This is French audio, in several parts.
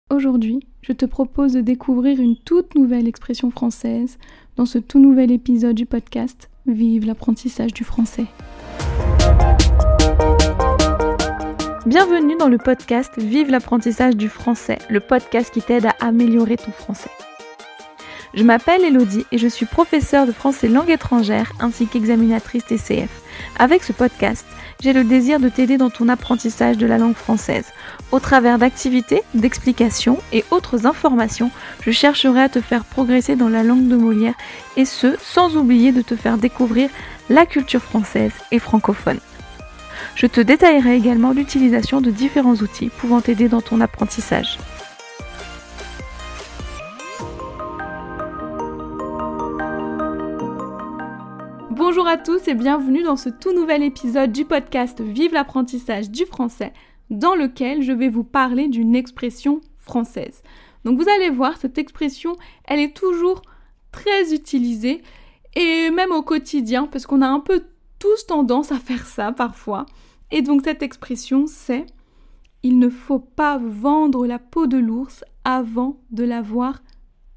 Aujourd'hui, je te propose de découvrir une toute nouvelle expression française dans ce tout nouvel épisode du podcast Vive l'apprentissage du français. Bienvenue dans le podcast Vive l'apprentissage du français, le podcast qui t'aide à améliorer ton français. Je m'appelle Elodie et je suis professeure de français langue étrangère ainsi qu'examinatrice TCF. Avec ce podcast, j'ai le désir de t'aider dans ton apprentissage de la langue française. Au travers d'activités, d'explications et autres informations, je chercherai à te faire progresser dans la langue de Molière et ce, sans oublier de te faire découvrir la culture française et francophone. Je te détaillerai également l'utilisation de différents outils pouvant t'aider dans ton apprentissage. Bonjour à tous et bienvenue dans ce tout nouvel épisode du podcast Vive l'apprentissage du français, dans lequel je vais vous parler d'une expression française. Donc vous allez voir, cette expression, elle est toujours très utilisée et même au quotidien, parce qu'on a un peu tous tendance à faire ça parfois. Et donc cette expression, c'est « Il ne faut pas vendre la peau de l'ours avant de l'avoir tué ».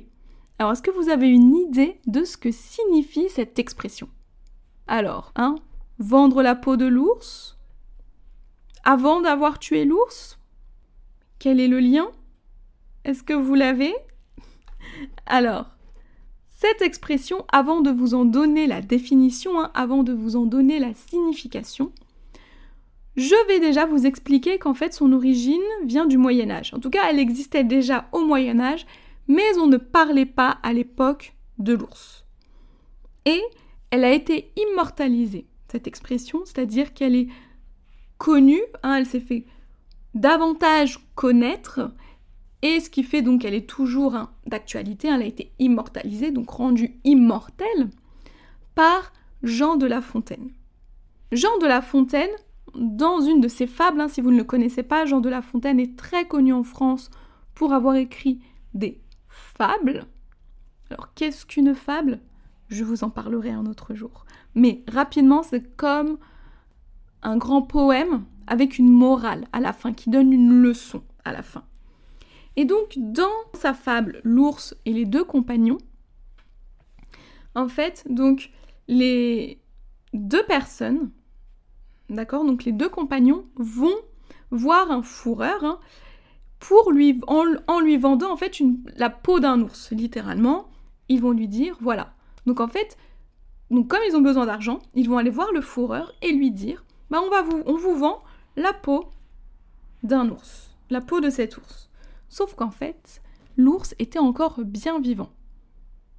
Alors, est-ce que vous avez une idée de ce que signifie cette expression ? Alors, vendre la peau de l'ours avant d'avoir tué l'ours ? Quel est le lien ? Est-ce que vous l'avez ? Alors, cette expression, avant de vous en donner la définition, avant de vous en donner la signification, je vais déjà vous expliquer qu'en fait, son origine vient du Moyen-Âge. En tout cas, elle existait déjà au Moyen-Âge, mais on ne parlait pas à l'époque de l'ours. Et elle a été immortalisée, cette expression, c'est-à-dire qu'elle est connue, elle s'est fait davantage connaître, et ce qui fait donc qu'elle est toujours d'actualité, elle a été immortalisée, donc rendue immortelle, par Jean de La Fontaine. Jean de La Fontaine, dans une de ses fables, si vous ne le connaissez pas, Jean de La Fontaine est très connu en France pour avoir écrit des fables. Alors, qu'est-ce qu'une fable ? Je vous en parlerai un autre jour. Mais rapidement, c'est comme un grand poème avec une morale à la fin, qui donne une leçon à la fin. Et donc, dans sa fable, l'ours et les deux compagnons, en fait, donc, les deux personnes, d'accord, donc les deux compagnons vont voir un fourreur, en lui vendant en fait la peau d'un ours, littéralement, ils vont lui dire, voilà. Donc en fait, comme ils ont besoin d'argent, ils vont aller voir le fourreur et lui dire, on vous vend la peau d'un ours, la peau de cet ours. Sauf qu'en fait, l'ours était encore bien vivant. D'accord ?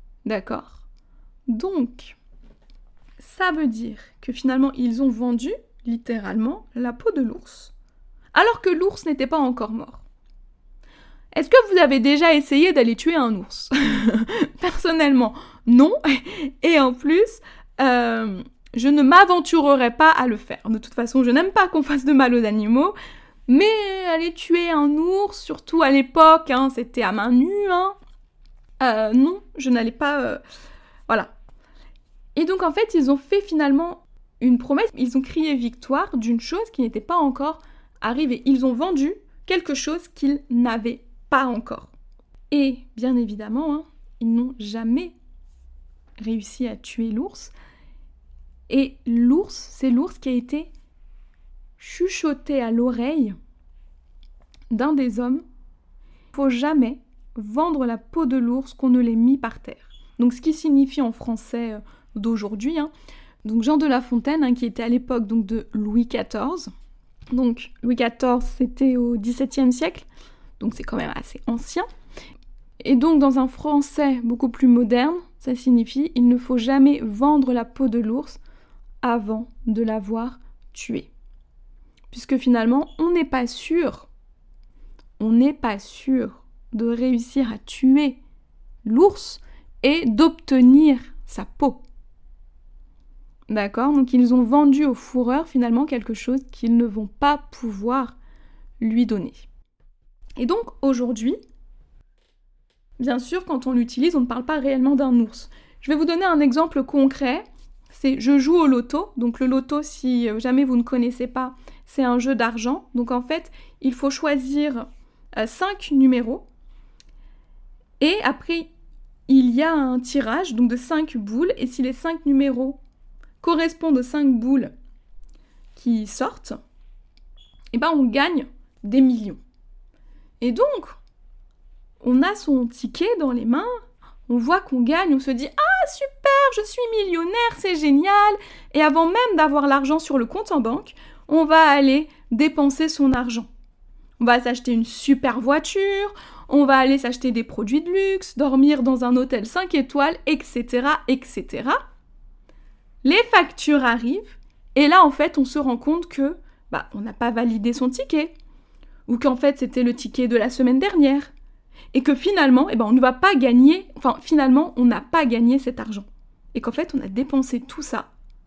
Donc, ça veut dire que finalement, ils ont vendu, littéralement, la peau de l'ours, alors que l'ours n'était pas encore mort. Est-ce que vous avez déjà essayé d'aller tuer un ours ? Personnellement, non. Et en plus, je ne m'aventurerai pas à le faire. De toute façon, je n'aime pas qu'on fasse de mal aux animaux. Mais aller tuer un ours, surtout à l'époque, c'était à main nue. Non, je n'allais pas... Voilà. Et donc, en fait, ils ont fait finalement une promesse. Ils ont crié victoire d'une chose qui n'était pas encore arrivée. Ils ont vendu quelque chose qu'ils n'avaient pas encore. Et bien évidemment, ils n'ont jamais réussi à tuer l'ours. Et l'ours, c'est l'ours qui a été chuchoté à l'oreille d'un des hommes. Il ne faut jamais vendre la peau de l'ours qu'on ne l'ait mis par terre. Donc ce qui signifie en français d'aujourd'hui, donc Jean de La Fontaine, qui était à l'époque donc, de Louis XIV. Donc Louis XIV, c'était au XVIIe siècle. Donc c'est quand même assez ancien. Et donc dans un français beaucoup plus moderne, ça signifie « il ne faut jamais vendre la peau de l'ours avant de l'avoir tué ». Puisque finalement, on n'est pas sûr de réussir à tuer l'ours et d'obtenir sa peau. D'accord ? Donc ils ont vendu au fourreur finalement quelque chose qu'ils ne vont pas pouvoir lui donner. Et donc aujourd'hui, bien sûr, quand on l'utilise, on ne parle pas réellement d'un ours. Je vais vous donner un exemple concret. C'est je joue au loto. Donc le loto, si jamais vous ne connaissez pas, c'est un jeu d'argent. Donc en fait, il faut choisir 5 numéros. Et après, il y a un tirage donc de 5 boules. Et si les 5 numéros correspondent aux 5 boules qui sortent, et ben on gagne des millions. Et donc, on a son ticket dans les mains, on voit qu'on gagne, on se dit « Ah, super, je suis millionnaire, c'est génial !» Et avant même d'avoir l'argent sur le compte en banque, on va aller dépenser son argent. On va s'acheter une super voiture, on va aller s'acheter des produits de luxe, dormir dans un hôtel 5 étoiles, etc., etc. Les factures arrivent, et là, en fait, on se rend compte que on n'a pas validé son ticket, ou qu'en fait, c'était le ticket de la semaine dernière, et que finalement, on ne va pas gagner, finalement, on n'a pas gagné cet argent. Et qu'en fait, on a dépensé tout ça,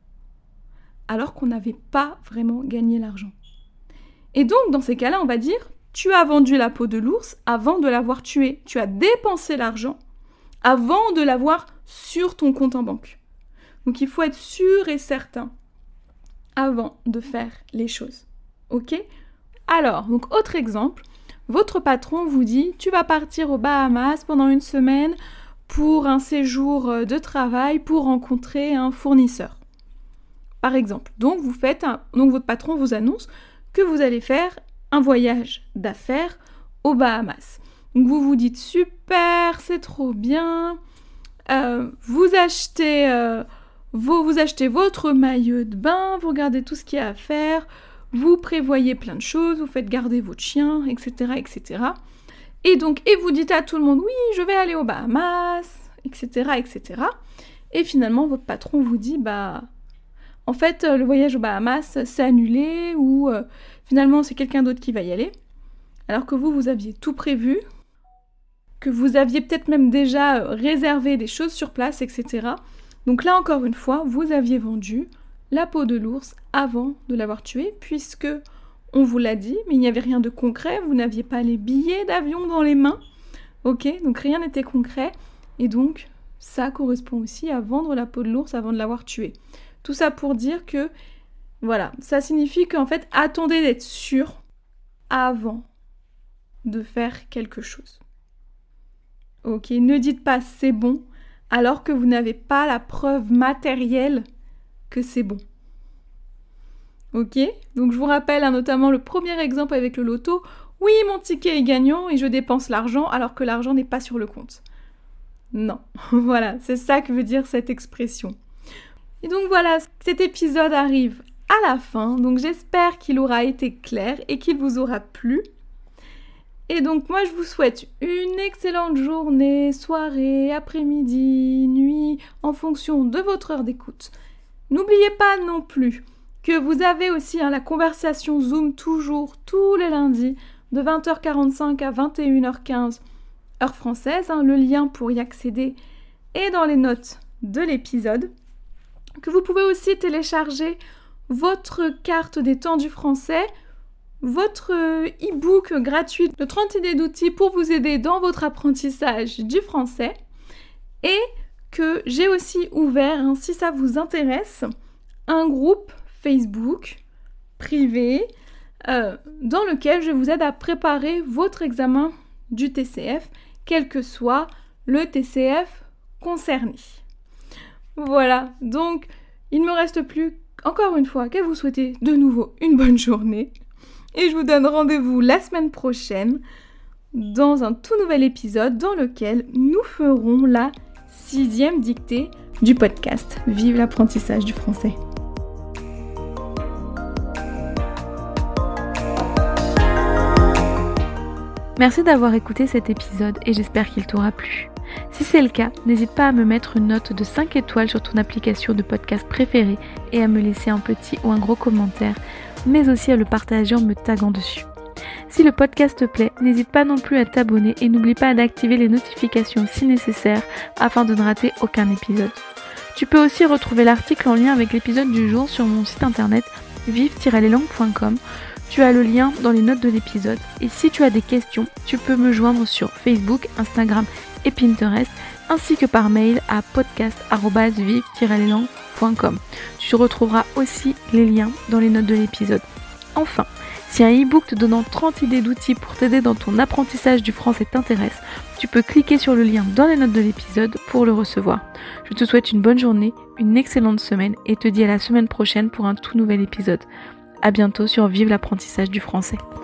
alors qu'on n'avait pas vraiment gagné l'argent. Et donc, dans ces cas-là, on va dire, tu as vendu la peau de l'ours avant de l'avoir tué. Tu as dépensé l'argent avant de l'avoir sur ton compte en banque. Donc, il faut être sûr et certain avant de faire les choses. Ok ? Alors, donc autre exemple, votre patron vous dit « Tu vas partir aux Bahamas pendant 1 semaine pour un séjour de travail pour rencontrer un fournisseur. » Par exemple, donc votre patron vous annonce que vous allez faire un voyage d'affaires aux Bahamas. Donc vous vous dites « Super, c'est trop bien !» Vous achetez votre maillot de bain, vous regardez tout ce qu'il y a à faire, vous prévoyez plein de choses, vous faites garder votre chien, etc., etc. Et vous dites à tout le monde, oui, je vais aller aux Bahamas, etc., etc. Et finalement, votre patron vous dit, en fait, le voyage aux Bahamas, c'est annulé, ou finalement, c'est quelqu'un d'autre qui va y aller. Alors que vous aviez tout prévu, que vous aviez peut-être même déjà réservé des choses sur place, etc. Donc là, encore une fois, vous aviez vendu la peau de l'ours avant de l'avoir tué, puisque, on vous l'a dit, mais il n'y avait rien de concret, vous n'aviez pas les billets d'avion dans les mains, ok, donc rien n'était concret, et donc ça correspond aussi à vendre la peau de l'ours avant de l'avoir tué. Tout ça pour dire que, voilà, ça signifie qu'en fait, attendez d'être sûr avant de faire quelque chose. Ok, ne dites pas c'est bon, alors que vous n'avez pas la preuve matérielle que c'est bon. Ok ? Donc je vous rappelle notamment le premier exemple avec le loto. Oui, mon ticket est gagnant et je dépense l'argent alors que l'argent n'est pas sur le compte. Non, voilà, c'est ça que veut dire cette expression. Et donc voilà, cet épisode arrive à la fin, donc j'espère qu'il aura été clair et qu'il vous aura plu. Et donc moi je vous souhaite une excellente journée, soirée, après-midi, nuit, en fonction de votre heure d'écoute. N'oubliez pas non plus que vous avez aussi la conversation Zoom toujours tous les lundis de 20h45 à 21h15 heure française. Le lien pour y accéder est dans les notes de l'épisode. Que vous pouvez aussi télécharger votre carte des temps du français, votre e-book gratuit de 30 idées d'outils pour vous aider dans votre apprentissage du français, et que j'ai aussi ouvert, si ça vous intéresse, un groupe Facebook privé dans lequel je vous aide à préparer votre examen du TCF, quel que soit le TCF concerné. Voilà, donc il ne me reste plus, encore une fois, qu'à vous souhaiter de nouveau une bonne journée. Et je vous donne rendez-vous la semaine prochaine dans un tout nouvel épisode dans lequel nous ferons la 6e dictée du podcast Vive l'apprentissage du français. Merci d'avoir écouté cet épisode et j'espère qu'il t'aura plu. Si c'est le cas, n'hésite pas à me mettre une note de 5 étoiles sur ton application de podcast préférée et à me laisser un petit ou un gros commentaire, mais aussi à le partager en me taguant dessus. Si le podcast te plaît, n'hésite pas non plus à t'abonner et n'oublie pas d'activer les notifications si nécessaire afin de ne rater aucun épisode. Tu peux aussi retrouver l'article en lien avec l'épisode du jour sur mon site internet vive-leslangues.com. Tu as le lien dans les notes de l'épisode. Et si tu as des questions, tu peux me joindre sur Facebook, Instagram et Pinterest, ainsi que par mail à podcast@vive-leslangues.com. Tu retrouveras aussi les liens dans les notes de l'épisode. Enfin, Si un e-book te donnant 30 idées d'outils pour t'aider dans ton apprentissage du français t'intéresse, tu peux cliquer sur le lien dans les notes de l'épisode pour le recevoir. Je te souhaite une bonne journée, une excellente semaine et te dis à la semaine prochaine pour un tout nouvel épisode. À bientôt sur Vive l'apprentissage du français.